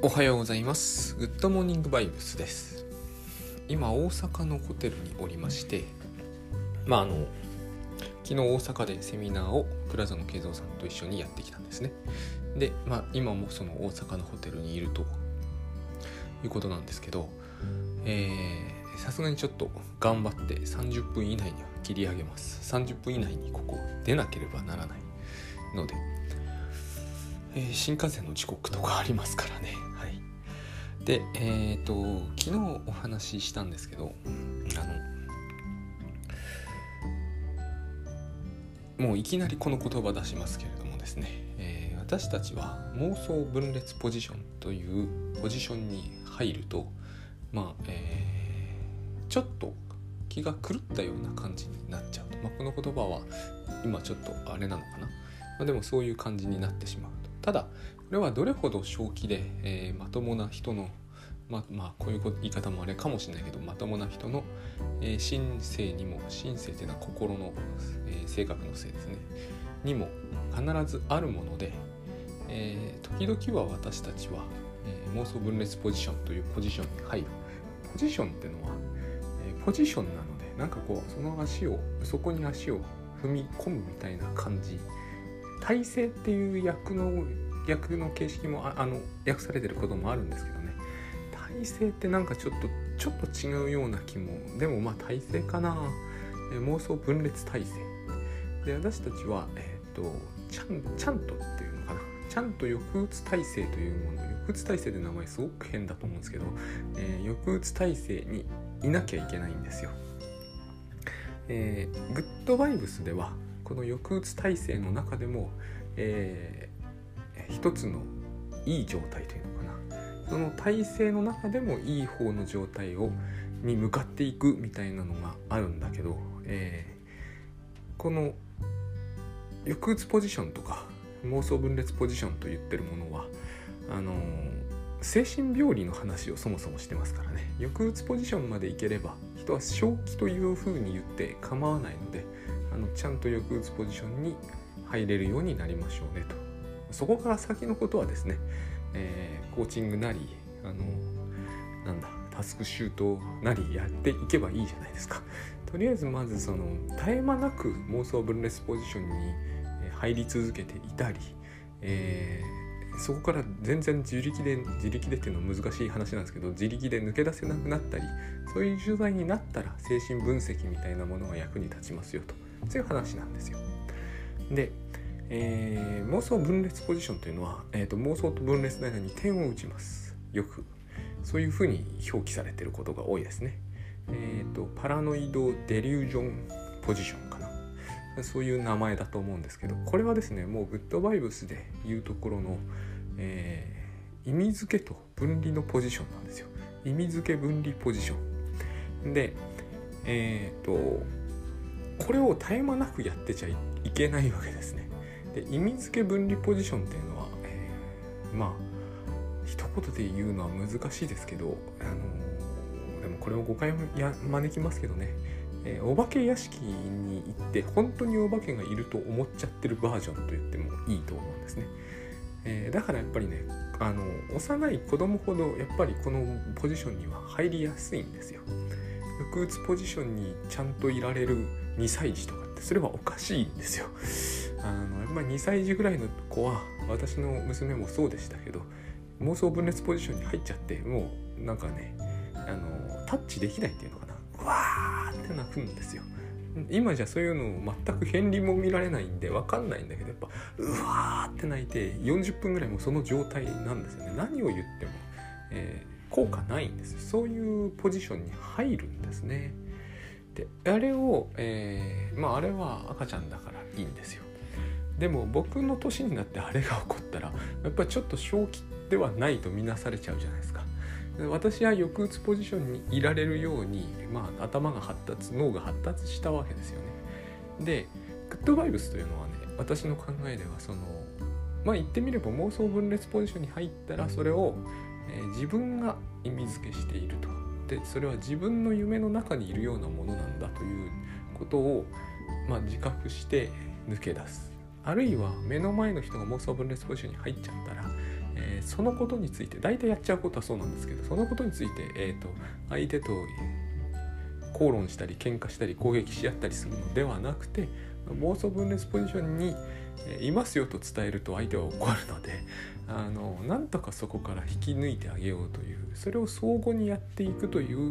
おはようございます。グッドモーニングバイブスです。今大阪のホテルにおりまして、昨日大阪でセミナーをプラザの慶三さんと一緒にやってきたんですね。で、今もその大阪のホテルにいるということなんですけど、さすがにちょっと頑張って30分以内には切り上げます。30分以内にここ出なければならないので、新幹線の時刻とかありますからね。はい。で、昨日お話ししたんですけど、もういきなりこの言葉出しますけれどもですね、私たちは妄想分裂ポジションというポジションに入ると、ちょっと気が狂ったような感じになっちゃうと、この言葉は今ちょっとあれなのかな、でもそういう感じになってしまうと。ただこれはどれほど正気で、まともな人のこういう言い方もあれかもしれないけど、まともな人の、心性にも、心性というのは心の、性格のせいですねにも必ずあるもので、時々は私たちは、妄想分裂ポジションというポジションに入る。ポジションっていうのは、ポジションなので、なんかこうそこに足を踏み込むみたいな感じ。体制っていう役の形式も訳されてることもあるんですけどね。体制ってなんかちょっと違うような気も。でも体制かな。妄想分裂体制で、私たちはちゃんとっていうのかな。ちゃんと抑うつ体制というもの。抑うつ体制って名前すごく変だと思うんですけど、抑うつ体制にいなきゃいけないんですよ。グッドバイブスではこの抑うつ体制の中でも、一つのいい状態というのかな、その体制の中でもいい方の状態に向かっていくみたいなのがあるんだけど、この抑うつポジションとか妄想分裂ポジションと言ってるものは精神病理の話をそもそもしてますからね。抑うつポジションまでいければ人は正気というふうに言って構わないので、ちゃんと抑うつポジションに入れるようになりましょうねと。そこから先のことはですね、コーチングなりタスクシュートなりやっていけばいいじゃないですか。とりあえずまずその絶え間なく妄想分裂ポジションに入り続けていたり、そこから全然自力でっていうのは難しい話なんですけど、自力で抜け出せなくなったり、そういう状態になったら精神分析みたいなものが役に立ちますよと、そういう話なんですよ。で、妄想分裂ポジションというのは、妄想と分裂の間に点を打ちます。よくそういうふうに表記されていることが多いですね。パラノイドデリュージョンポジションかな、そういう名前だと思うんですけど、これはですね、もうグッドバイブスでいうところの、意味付けと分離のポジションなんですよ。意味付け分離ポジションで、これを絶え間なくやってちゃいけないわけですね。で、意味付け分離ポジションっていうのは、一言で言うのは難しいですけど、でもこれを誤解招きますけどね、お化け屋敷に行って本当にお化けがいると思っちゃってるバージョンと言ってもいいと思うんですね。だからやっぱりね、幼い子供ほどやっぱりこのポジションには入りやすいんですよ。抑うつポジションにちゃんといられる2歳児とかってそれはおかしいんですよ。やっぱり2歳児ぐらいの子は、私の娘もそうでしたけど、妄想分裂ポジションに入っちゃって、もうなんかね、タッチできないっていうのかな、うわーって泣くんですよ。今じゃそういうの全く片鱗も見られないんで分かんないんだけど、やっぱうわーって泣いて40分ぐらいもその状態なんですよね。何を言っても、効果ないんですよ。そういうポジションに入るんですね。で、あれを、あれは赤ちゃんだからいいんですよ。でも僕の年になってあれが起こったら、やっぱりちょっと正気ではないとみなされちゃうじゃないですか。私は抑うつポジションにいられるように、頭が発達、脳が発達したわけですよね。で、グッドバイブスというのはね、私の考えでは言ってみれば妄想分裂ポジションに入ったら、それを、自分が意味付けしていると。で、それは自分の夢の中にいるようなものなんだということを、自覚して抜け出す。あるいは目の前の人が妄想分裂ポジションに入っちゃったら、 そのことについて大体やっちゃうことはそうなんですけど、そのことについて、相手と口論したり喧嘩したり攻撃し合ったりするのではなくて、妄想分裂ポジションにいますよと伝えると相手は怒るので、なんとかそこから引き抜いてあげようという、それを相互にやっていくという、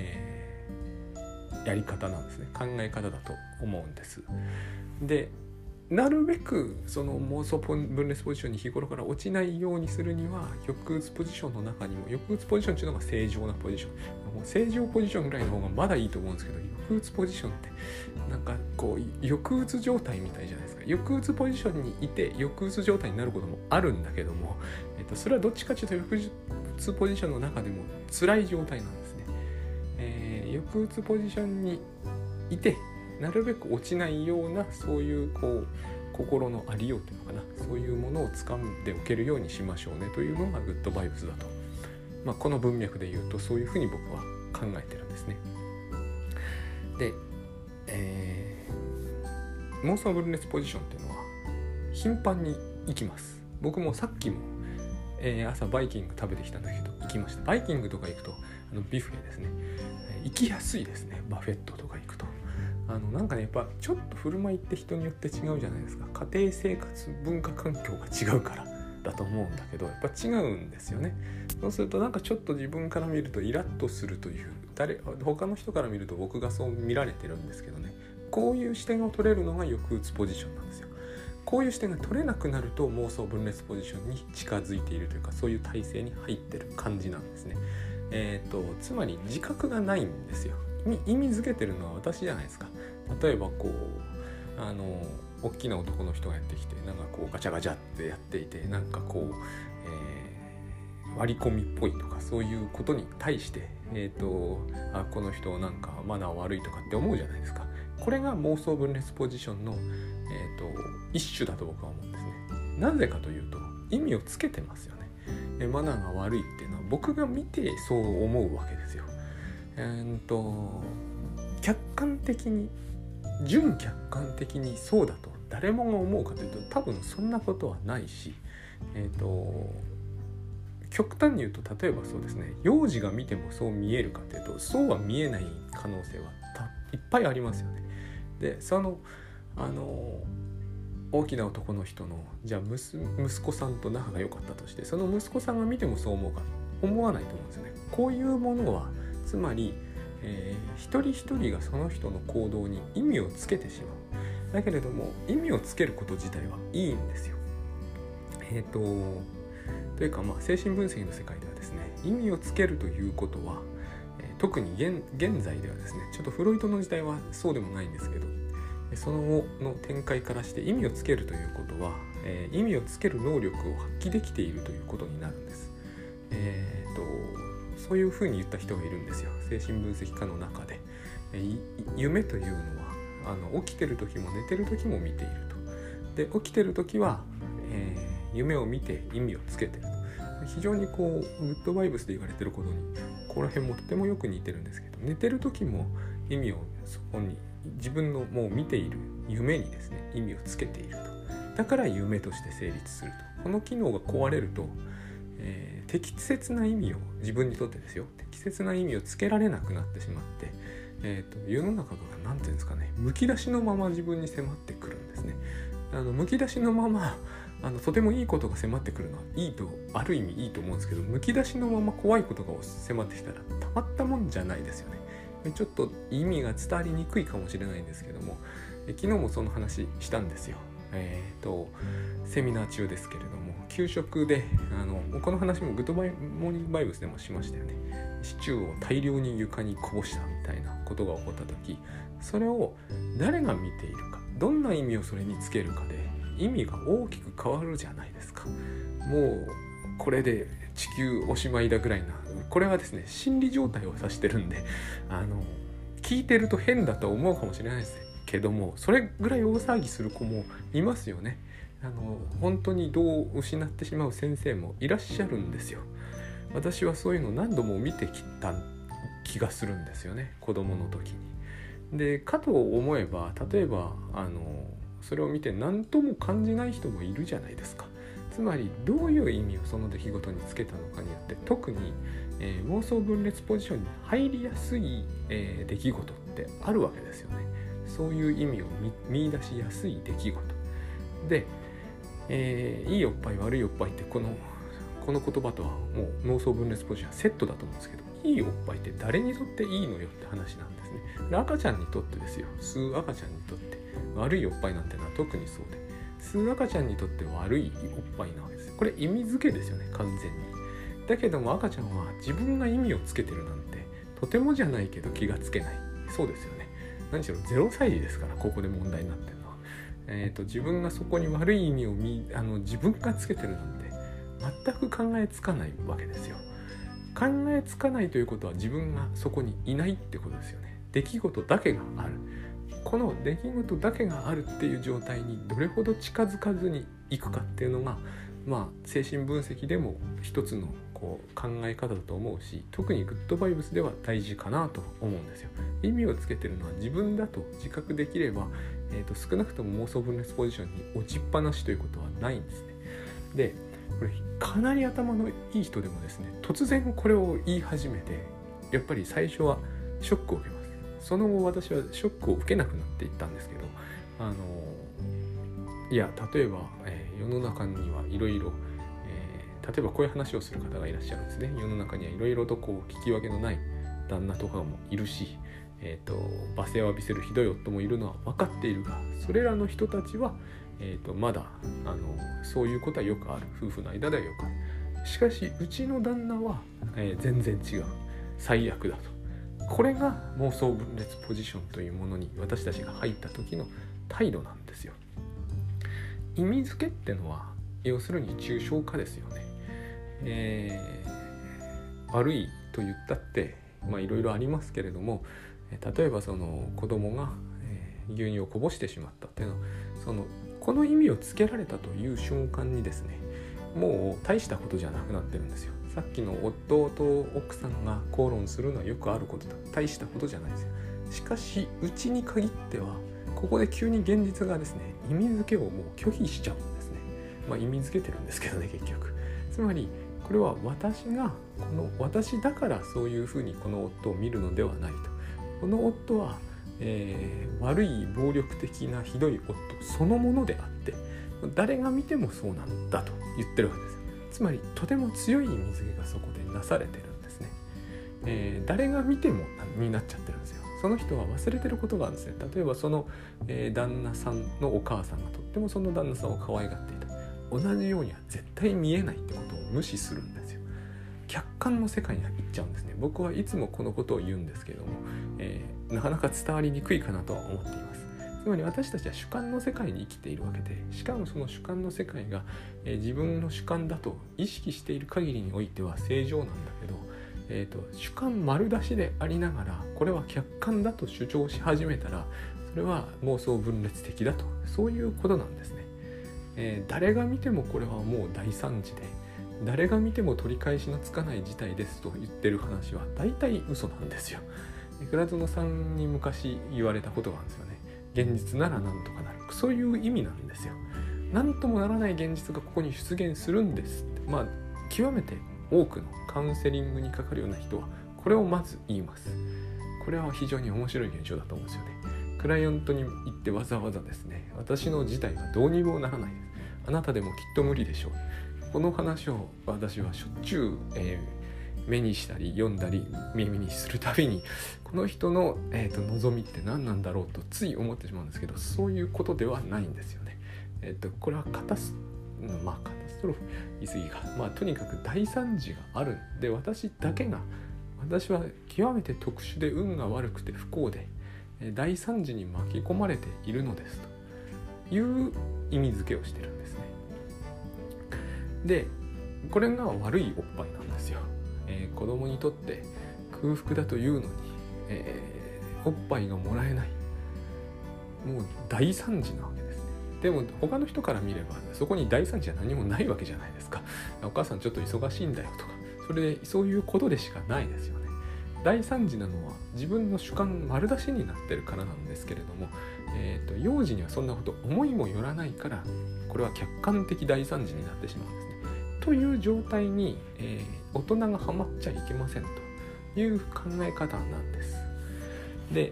やり方なんですね。考え方だと思うんです。で、なるべくその妄想分裂ポジションに日頃から落ちないようにするには、抑うつポジションの中にも、抑うつポジションっていうのが正常なポジション、もう正常ポジションぐらいの方がまだいいと思うんですけど、抑うつポジションってなんかこう抑うつ状態みたいじゃないですか。抑うつポジションにいて抑うつ状態になることもあるんだけども、それはどっちかというと抑うつポジションの中でも辛い状態なんですね。抑うつポジションにいてなるべく落ちないような、そういうこう心のありようというのかな、そういうものを掴んでおけるようにしましょうねというのがグッドバイブスだと、この文脈で言うとそういうふうに僕は考えてるんですね。で、妄想分裂ポジションっていうのは頻繁に行きます。僕もさっきも、朝バイキング食べてきたんだけど行きました。バイキングとか行くとビュッフェですね、行きやすいですね。バフェットとか行くとなんかね、やっぱちょっと振る舞いって人によって違うじゃないですか。家庭生活文化環境が違うからだと思うんだけど、やっぱ違うんですよね。そうするとなんかちょっと自分から見るとイラッとするという、他の人から見ると僕がそう見られてるんですけどね、こういう視点を取れるのが抑うつポジションなんですよ。こういう視点が取れなくなると妄想分裂ポジションに近づいているというか、そういう体制に入ってる感じなんですね。つまり自覚がないんですよ。意味づけてるのは私じゃないですか。例えばこう大きな男の人がやってきて、なんかこうガチャガチャってやっていて、なんかこう、割り込みっぽいとかそういうことに対して、この人なんかマナー悪いとかって思うじゃないですか。これが妄想分裂ポジションの、一種だと僕は思うんですね。なぜかというと意味をつけてますよね。マナーが悪いっていうのは僕が見てそう思うわけですよ。客観的に純客観的にそうだと誰もが思うかというと多分そんなことはないし、極端に言うと例えばそうですね、幼児が見てもそう見えるかというとそうは見えない可能性はいっぱいありますよね。でその大きな男の人のじゃあ息子さんと仲が良かったとして、その息子さんが見てもそう思うか思わないと思うんですよね。こういうものはつまり一人一人がその人の行動に意味をつけてしまう。だけれども意味をつけること自体はいいんですよ。というか精神分析の世界ではですね、意味をつけるということは、特に現在ではですね、ちょっとフロイトの時代はそうでもないんですけど、その後の展開からして意味をつけるということは、意味をつける能力を発揮できているということになるんです。そういうふうに言った人がいるんですよ。精神分析家の中で、夢というのは起きてる時も寝てる時も見ていると。で起きてる時は、夢を見て意味をつけてると。非常にこうグッドバイブスで言われてることにここら辺もとてもよく似てるんですけど、寝てる時も意味をそこに自分のもう見ている夢にですね意味をつけていると。だから夢として成立すると。この機能が壊れると、適切な意味を自分にとってですよ、適切な意味をつけられなくなってしまって、世の中が何ていうんですかね、むき出しのまま自分に迫ってくるんですね。むき出しのままとてもいいことが迫ってくるのはいいと、ある意味いいと思うんですけど、むき出しのまま怖いことが迫ってきたらたまったもんじゃないですよね。ちょっと意味が伝わりにくいかもしれないんですけども、昨日もその話したんですよ。セミナー中ですけれども、給食でこの話もグッドモーニングバイブスでもしましたよね。シチューを大量に床にこぼしたみたいなことが起こった時、それを誰が見ているか、どんな意味をそれにつけるかで意味が大きく変わるじゃないですか。もうこれで地球おしまいだぐらいな、これはですね心理状態を指してるんで、聞いてると変だと思うかもしれないですけども、それぐらい大騒ぎする子もいますよね。本当に度を失ってしまう先生もいらっしゃるんですよ。私はそういうのを何度も見てきた気がするんですよね、子供の時に。でかと思えば、例えばそれを見て何とも感じない人もいるじゃないですか。つつまりどういう意味をその出来事につけたのかによって特に、妄想分裂ポジションに入りやすい、出来事ってあるわけですよね。そういう意味を見出しやすい出来事で、いいおっぱい悪いおっぱいってこの言葉とはもう妄想分裂ポジションはセットだと思うんですけど、いいおっぱいって誰にとっていいのよって話なんですね。赤ちゃんにとってですよ。吸う赤ちゃんにとって悪いおっぱいなんてのは特にそうで、吸う赤ちゃんにとって悪いおっぱいなわけです。これ意味付けですよね、完全に。だけども赤ちゃんは自分が意味をつけてるなんてとてもじゃないけど気がつけない。そうですよね。何しろ0歳児ですから、ここで問題になってるのは、自分がそこに悪い意味を自分がつけてるなんて全く考えつかないわけですよ。考えつかないということは自分がそこにいないってことですよね。出来事だけがある。この出来事だけがあるっていう状態にどれほど近づかずにいくかっていうのが、精神分析でも一つの考え方だと思うし、特にグッドバイブスでは大事かなと思うんですよ。意味をつけてるのは自分だと自覚できれば、少なくとも妄想分裂ポジションに落ちっぱなしということはないんですね。で、これかなり頭のいい人でもですね、突然これを言い始めて、やっぱり最初はショックを受けます。その後私はショックを受けなくなっていったんですけど、例えば、世の中にはいろいろ、例えばこういう話をする方がいらっしゃるんですね。世の中にはいろいろと聞き分けのない旦那とかもいるし、罵声を浴びせるひどい夫もいるのは分かっているが、それらの人たちは、まだそういうことはよくある。夫婦の間ではよくある。しかしうちの旦那は、全然違う。最悪だと。これが妄想分裂ポジションというものに私たちが入った時の態度なんですよ。意味付けってのは要するに抽象化ですよね。悪いと言ったっていろいろありますけれども、例えばその子供が、牛乳をこぼしてしまったっていうのは、この意味をつけられたという瞬間にですね、もう大したことじゃなくなってるんですよ。さっきの夫と奥さんが口論するのはよくあることだ。大したことじゃないですよ。しかしうちに限ってはここで急に現実がですね、意味付けをもう拒否しちゃうんですね。意味付けてるんですけどね、結局。つまりこれは私だからそういうふうにこの夫を見るのではないと。この夫は、悪い暴力的なひどい夫そのものであって、誰が見てもそうなんだと言ってるわけです。つまりとても強い意味付けがそこでなされてるんですね。誰が見てもになっちゃってるんですよ。その人は忘れてることがあるんですね。例えばその、旦那さんのお母さんがとってもその旦那さんを可愛がっていた。同じようには絶対見えないってことを無視するんですよ。客観の世界に行っちゃうんですね。僕はいつもこのことを言うんですけども、なかなか伝わりにくいかなとは思っています。つまり私たちは主観の世界に生きているわけで、しかもその主観の世界が、自分の主観だと意識している限りにおいては正常なんだけど、主観丸出しでありながらこれは客観だと主張し始めたら、それは妄想分裂的だと、そういうことなんですね。誰が見てもこれはもう大惨事で、誰が見ても取り返しのつかない事態ですと言ってる話は大体嘘なんですよ。倉園さんに昔言われたことがあるんですよね。現実ならなんとかなる。そういう意味なんですよ。なんともならない現実がここに出現するんですって。極めて多くのカウンセリングにかかるような人はこれをまず言います。これは非常に面白い現象だと思うんですよね。クライアントに言ってわざわざですね、私の事態はどうにもならないです。あなたでもきっと無理でしょう。この話を私はしょっちゅう、目にしたり読んだり耳にするたびに、この人の、望みって何なんだろうとつい思ってしまうんですけど、そういうことではないんですよね。これはカタストロフ言い過ぎか、とにかく大惨事があるんで、私は極めて特殊で運が悪くて不幸で、大惨事に巻き込まれているのですという意味付けをしてるんですね。で、これが悪いおっぱいなんですよ。子供にとって空腹だというのに、おっぱいがもらえない、もう大惨事なわけですね。でも他の人から見ればそこに大惨事は何もないわけじゃないですか。お母さんちょっと忙しいんだよとか、そういうことでしかないですよね。 大惨事なのは自分の主観丸出しになってるからなんですけれども、幼児にはそんなこと思いもよらないから、これは客観的大惨事になってしまうんですね。という状態に、大人がハマっちゃいけませんという考え方なんです。で、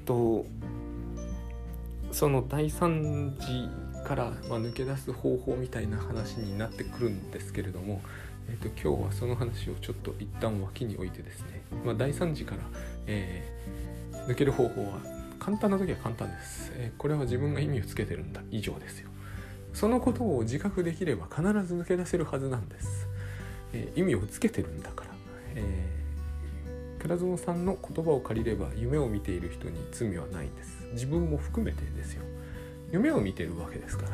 その大惨事から抜け出す方法みたいな話になってくるんですけれども、今日はその話をちょっと一旦脇に置いてですね、大惨事から、抜ける方法は簡単な時は簡単です。これは自分が意味をつけてるんだ以上ですよ。そのことを自覚できれば必ず抜け出せるはずなんです。意味をつけてるんだから、倉園さんの言葉を借りれば夢を見ている人に罪はないんです。自分も含めてですよ。夢を見てるわけですから、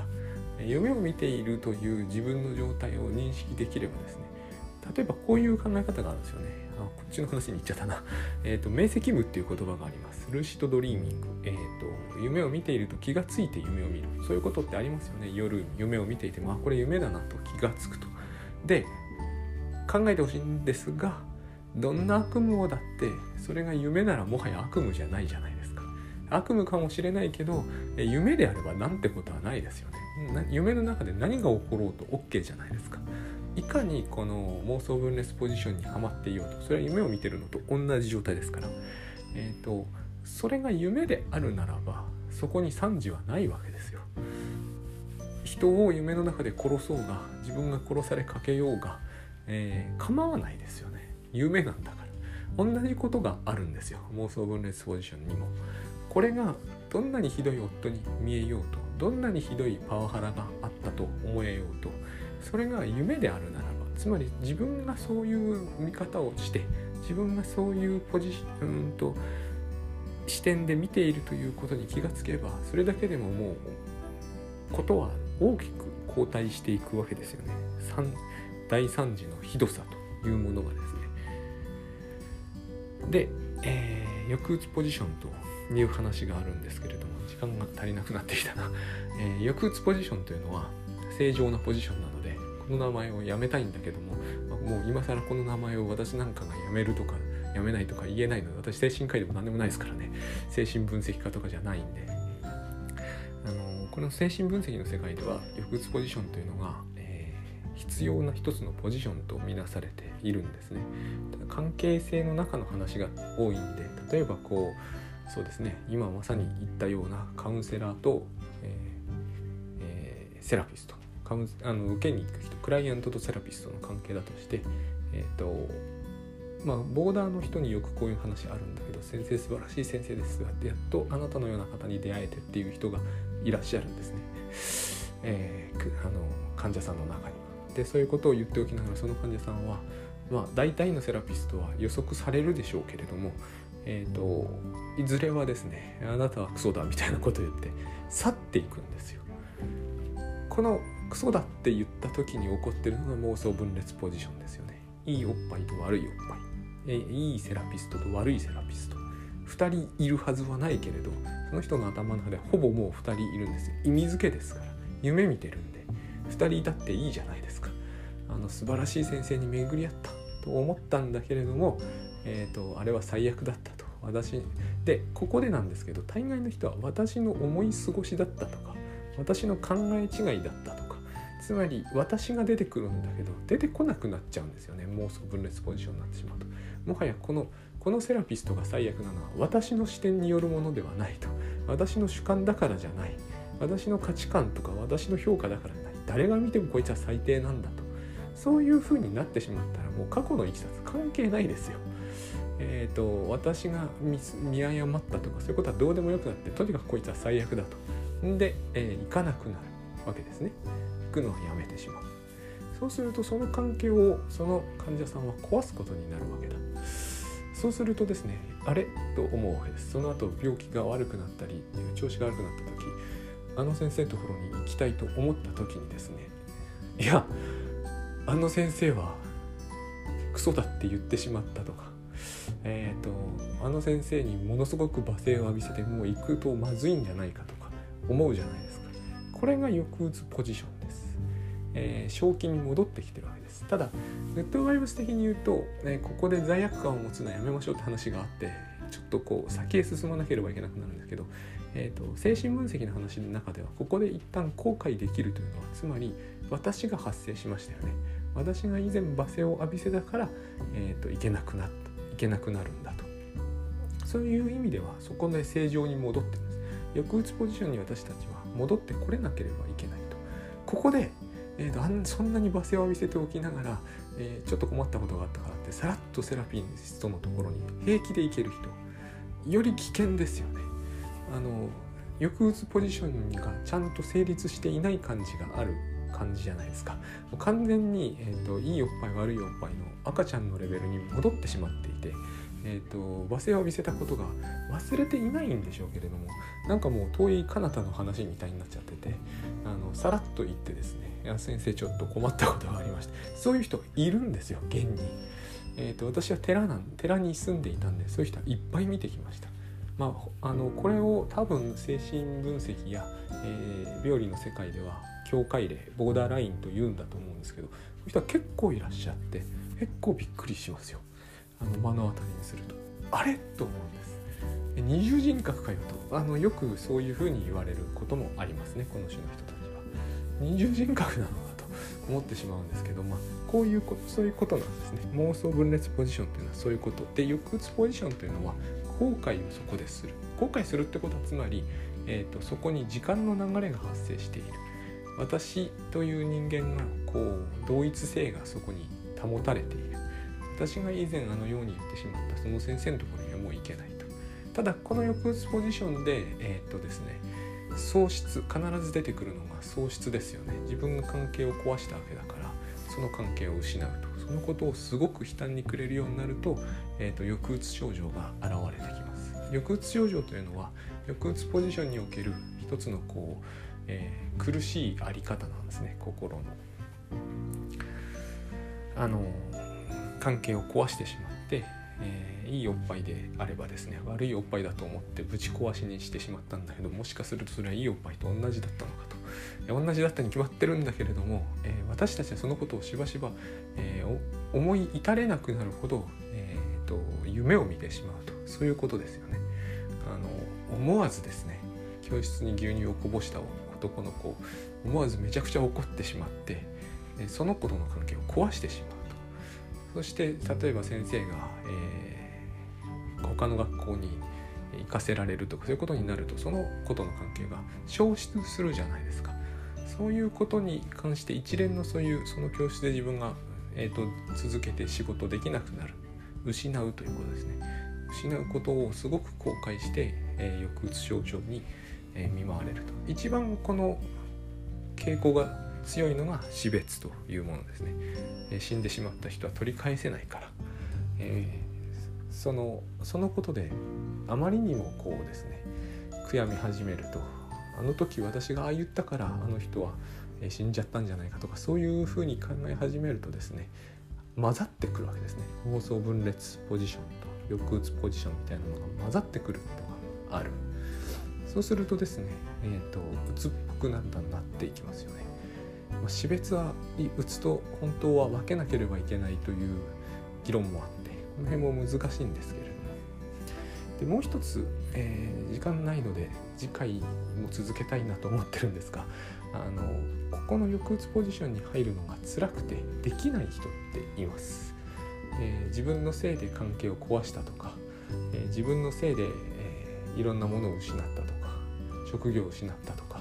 夢を見ているという自分の状態を認識できればですね、例えばこういう考え方があるんですよね。こっちの話に行っちゃったな。明晰夢っていう言葉があります。ルーシッドドリーミング。夢を見ていると気がついて夢を見る。そういうことってありますよね。夜夢を見ていても、これ夢だなと気がつくと。で、考えてほしいんですが、どんな悪夢だってそれが夢ならもはや悪夢じゃないじゃないですか。悪夢かもしれないけど、夢であればなんてことはないですよね。夢の中で何が起ころうと OK じゃないですか。いかにこの妄想分裂ポジションにはまっていようと、それは夢を見てるのと同じ状態ですから、それが夢であるならばそこに惨事はないわけですよ。人を夢の中で殺そうが、自分が殺されかけようが、構わないですよね。夢なんだから。同じことがあるんですよ、妄想分裂ポジションにも。これがどんなにひどい夫に見えようと、どんなにひどいパワハラがあったと思えようと、それが夢であるならば、つまり自分がそういう見方をして、自分がそういう視点で見ているということに気がつけば、それだけでももうことは大きく後退していくわけですよね。大惨事のひどさというものがですね。で、抑うつポジションという話があるんですけれども、時間が足りなくなってきたな。抑うつポジションというのは正常なポジションなので、この名前をやめたいんだけども、もう今更この名前を私なんかがやめるとかやめないとか言えないので、私精神科医でも何でもないですからね。精神分析家とかじゃないんで、この精神分析の世界では抑うつポジションというのが、必要な一つのポジションとみなされているんですね。関係性の中の話が多いんで、例えばそうですね、今まさに言ったようなカウンセラーと、セラピスト、受けに行く人、クライアントとセラピストの関係だとして、ボーダーの人によくこういう話あるんだけど、先生素晴らしい先生ですが、やっとあなたのような方に出会えてっていう人がいらっしゃるんですね。患者さんの中には。で、そういうことを言っておきながら、その患者さんは、大体のセラピストは予測されるでしょうけれども、いずれはですね、あなたはクソだみたいなことを言って去っていくんですよ。このクソだって言った時に起こっているのが妄想分裂ポジションですよね。いいおっぱいと悪いおっぱい、いいセラピストと悪いセラピスト、2人いるはずはないけれど、その人の頭の中でほぼもう2人いるんですよ。意味付けですから、夢見てるんで2人いたっていいじゃないですか。素晴らしい先生に巡り合ったと思ったんだけれども、あれは最悪だったと。でここでなんですけど、大概の人は私の思い過ごしだったとか、私の考え違いだったとか、つまり私が出てくるんだけど出てこなくなっちゃうんですよね。妄想分裂ポジションになってしまうと、もはやこのセラピストが最悪なのは私の視点によるものではないと、私の主観だからじゃない、私の価値観とか私の評価だからじゃない、誰が見てもこいつは最低なんだと、そういう風になってしまったら、もう過去のいきさつ関係ないですよ。私が見誤ったとかそういうことはどうでもよくなって、とにかくこいつは最悪だと。で、行かなくなるわけですね。行くのはやめてしまう。そうするとその関係をその患者さんは壊すことになるわけだ。そうするとですね、あれと思うわけです。その後病気が悪くなったり調子が悪くなった時、あの先生のところに行きたいと思った時にですね、いや、あの先生はクソだって言ってしまったとか、あの先生にものすごく罵声を浴びせてもう行くとまずいんじゃないかとか思うじゃないですか。これが抑うつポジションです。 正気に戻ってきてるわけです。ただグッドバイブス的に言うと、ここで罪悪感を持つのはやめましょうって話があって、ちょっとこう先へ進まなければいけなくなるんですけど、精神分析の話の中ではここで一旦後悔できるというのは、つまり私が発生しましたよね。私が以前罵声を浴びせたから、いけなくなるんだと。そういう意味ではそこで正常に戻っています。抑うつポジションに私たちは戻ってこれなければいけないと。ここで、そんなに罵声を浴びせておきながら、ちょっと困ったことがあったからってさらっとセラピストのところに平気で行ける人より危険ですよね。抑うつポジションがちゃんと成立していない感じがある感じじゃないですか。もう完全に、いいおっぱい悪いおっぱいの赤ちゃんのレベルに戻ってしまっていて、罵声を浴びせたことが忘れていないんでしょうけれども、なんかもう遠い彼方の話みたいになっちゃってて、さらっと言ってですね、先生ちょっと困ったことがありまして、そういう人がいるんですよ現に。私は寺に住んでいたんで、そういう人はいっぱい見てきました。これを多分精神分析や、病理の世界では境界例ボーダーラインと言うんだと思うんですけど、そういう人は結構いらっしゃって、結構びっくりしますよ。目の当たりにするとあれと思うんです。二重人格かよとよくそういうふうに言われることもありますね。この種の人たちは二重人格なのかと思ってしまうんですけど、こういうこと、そういうことなんですね。妄想分裂ポジションというのはそういうことで、抑うつポジションというのは後悔をそこでする。後悔するってことはつまり、そこに時間の流れが発生している。私という人間がこう同一性がそこに保たれている。私が以前あのように言ってしまったその先生のところにはもう行けないと。ただこの抑うつポジションでですね、喪失、必ず出てくるのが喪失ですよね。自分が関係を壊したわけだから、その関係を失うと、そのことをすごく悲惨にくれるようになると、抑うつ症状が現れてきます。抑うつ症状というのは抑うつポジションにおける一つのこう、苦しいあり方なんですね。心の関係を壊してしまって、いいおっぱいであればですね、悪いおっぱいだと思ってぶち壊しにしてしまったんだけど、もしかするとそれはいいおっぱいと同じだったのかと。同じだったに決まってるんだけれども、私たちはそのことをしばしば、思い至れなくなるほど、夢を見てしまうと、そういうことですよね。思わずですね、教室に牛乳をこぼした男の子、思わずめちゃくちゃ怒ってしまって、その子との関係を壊してしまうと。そして例えば先生が、他の学校に行かせられるとか、そういうことになると、その子との関係が消失するじゃないですか。そういうことに関して一連のその教室で自分が、続けて仕事できなくなる、失うということですね。失うことをすごく後悔して、抑うつ症状に、見舞われると。一番この傾向が強いのが死別というものですね。死んでしまった人は取り返せないから、そのことであまりにもこうですね、悔やみ始めると、あの時私がああ言ったからあの人は死んじゃったんじゃないかとか、そういうふうに考え始めるとですね、混ざってくるわけですね。妄想分裂ポジションと抑うつポジションみたいなのが混ざってくることがある。そうするとですね、うつっぽくだんだんなっていきますよね。死別はうつと本当は分けなければいけないという議論もあって、この辺も難しいんですけれども、でもう一つ、時間ないので次回も続けたいなと思ってるんですが、ここの抑うつポジションに入るのが辛くてできない人っています。自分のせいで関係を壊したとか、自分のせいで、いろんなものを失ったとか、職業を失ったとか、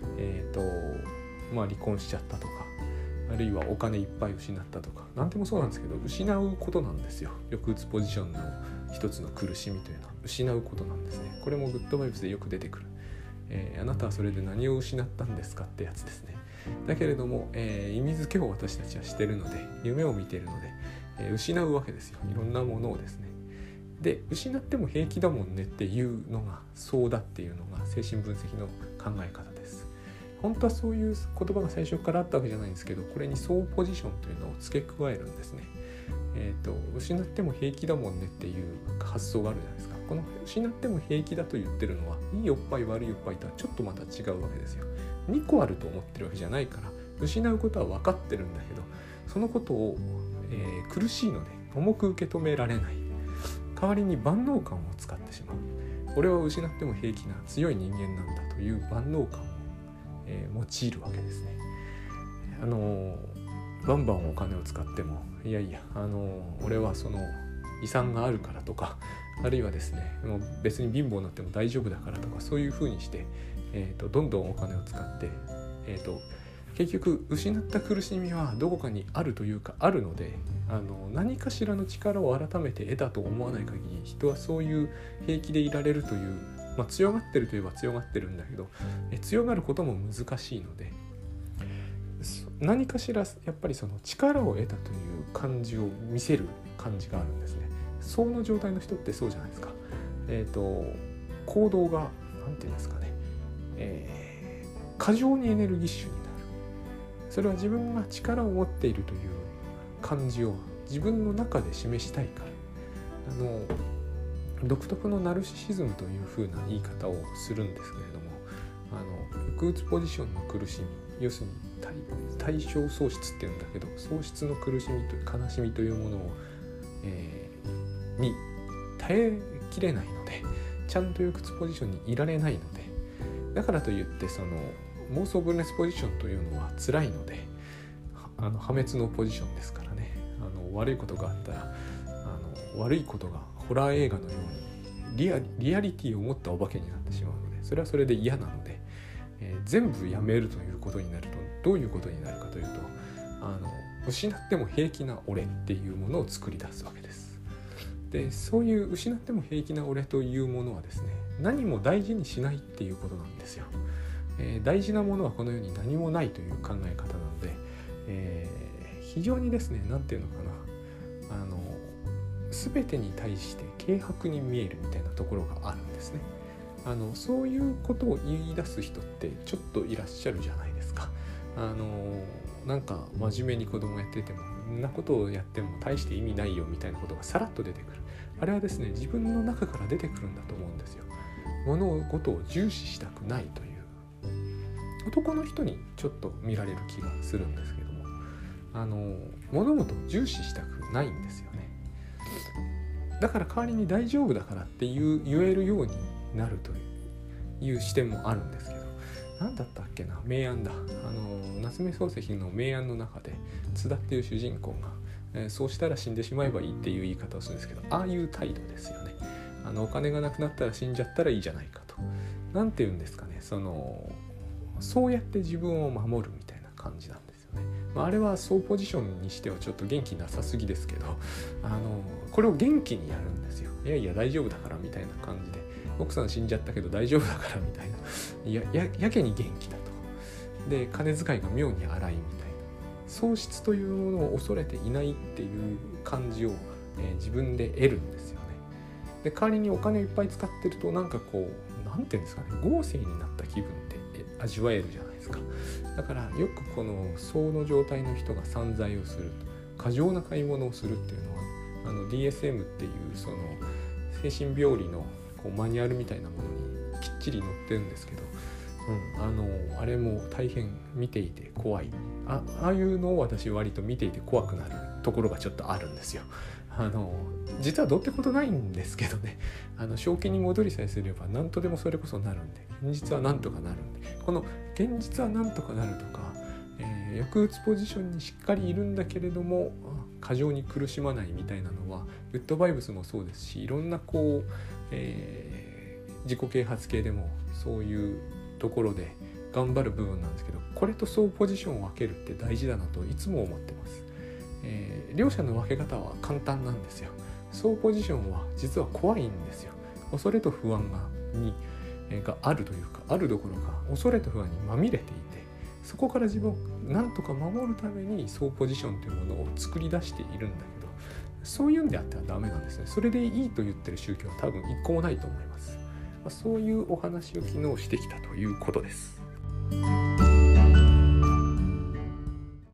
離婚しちゃったとか、あるいはお金いっぱい失ったとか、何でもそうなんですけど、失うことなんですよ。抑うつポジションの一つの苦しみというのは失うことなんですね。これもグッドバイブスでよく出てくる、あなたはそれで何を失ったんですかってやつですね。だけれども、意味付けを私たちはしているので、夢を見ているので、失うわけですよ。いろんなものをですね。で、失っても平気だもんねっていうのがそうだっていうのが精神分析の考え方です。本当はそういう言葉が最初からあったわけじゃないんですけど、これに相ポジションというのを付け加えるんですね。失っても平気だもんねっていう発想があるじゃないですか。この失っても平気だと言ってるのは、いいおっぱい悪いおっぱいとはちょっとまた違うわけですよ。2個あると思ってるわけじゃないから、 失うことは分かってるんだけど、そのことを、苦しいので重く受け止められない。代わりに万能感を使ってしまう。俺は失っても平気な強い人間なんだという万能感を、用いるわけですね。バンバンお金を使っても、いやいや、俺はその遺産があるからとか、あるいはですね、もう別に貧乏になっても大丈夫だからとか、そういう風にして、どんどんお金を使って、結局失った苦しみはどこかにあるというかあるので、何かしらの力を改めて得たと思わない限り、人はそういう平気でいられるという、強がってるといえば強がってるんだけど、強がることも難しいので、何かしらやっぱりその力を得たという感じを見せる感じがあるんですね。その状態の人ってそうじゃないですか。行動がなんていうんですかね、過剰にエネルギッシュになる。それは自分が力を持っているという感じを自分の中で示したいから。独特のナルシシズムという風な言い方をするんですけれども、抑うつポジションの苦しみ、要するに対象喪失っていうんだけど、喪失の苦しみという悲しみというものを、に耐えきれないので、ちゃんと抑うつポジションにいられないので、だからといってその妄想分裂ポジションというのは辛いので、破滅のポジションですからね。悪いことがあったら悪いことがホラー映画のようにリアリティを持ったお化けになってしまうので、それはそれで嫌なので、全部やめるということになるとどういうことになるかというと、失っても平気な俺っていうものを作り出すわけです。で、そういう失っても平気な俺というものはですね、何も大事にしないっていうことなんですよ。大事なものはこの世に何もないという考え方なので、非常にですね、なんていうのかな、全てに対して軽薄に見えるみたいなところがあるんですね。そういうことを言い出す人ってちょっといらっしゃるじゃないですか。なんか真面目に子供やってても、こんなことをやっても大して意味ないよみたいなことがさらっと出てくる。あれはですね、自分の中から出てくるんだと思うんですよ。物事を重視したくないという男の人にちょっと見られる気がするんですけども、物事を重視したくないんですよね。だから代わりに大丈夫だからって言えるようになるという視点もあるんですけど、何だったっけな、明暗だ。夏目漱石の明暗の中で津田っていう主人公が、そうしたら死んでしまえばいいっていう言い方をするんですけど、ああいう態度ですよね。お金がなくなったら死んじゃったらいいじゃないかと。なんて言うんですかね、そうやって自分を守るみたいな感じなんですよね。あれは総ポジションにしてはちょっと元気なさすぎですけど、これを元気にやるんですよ。いやいや大丈夫だからみたいな感じで、奥さん死んじゃったけど大丈夫だからみたいな、やけに元気だと。で、金遣いが妙に荒いみたいな、喪失というものを恐れていないっていう感じを、自分で得るんですよね。で、代わりにお金をいっぱい使ってると、なんかこう、なんていうんですかね、豪勢になった気分って味わえるじゃないですか。だからよくこのその状態の人が散財をする、過剰な買い物をするっていうのは、DSM っていうその精神病理のこうマニュアルみたいなものにきっちり載ってるんですけど、あれも大変見ていて怖い。ああいうのを私割と見ていて怖くなるところがちょっとあるんですよ。実はどうってことないんですけどね、正気に戻りさえすれば何とでもそれこそなるんで、現実はなんとかなるんで、この現実はなんとかなるとか、抑うつポジションにしっかりいるんだけれども過剰に苦しまないみたいなのはグッドバイブスもそうですし、いろんなこう、自己啓発系でもそういうところで頑張る部分なんですけど、これとそうポジションを分けるって大事だなといつも思ってます。両者の分け方は簡単なんですよ。そうポジションは実は怖いんですよ。恐れと不安があるというか、あるどころか恐れと不安にまみれていて、そこから自分をなんとか守るためにそうポジションというものを作り出しているんだけど、そういうんであってはダメなんですね。それでいいと言ってる宗教は多分一個もないと思います。そういうお話を昨日してきたということです。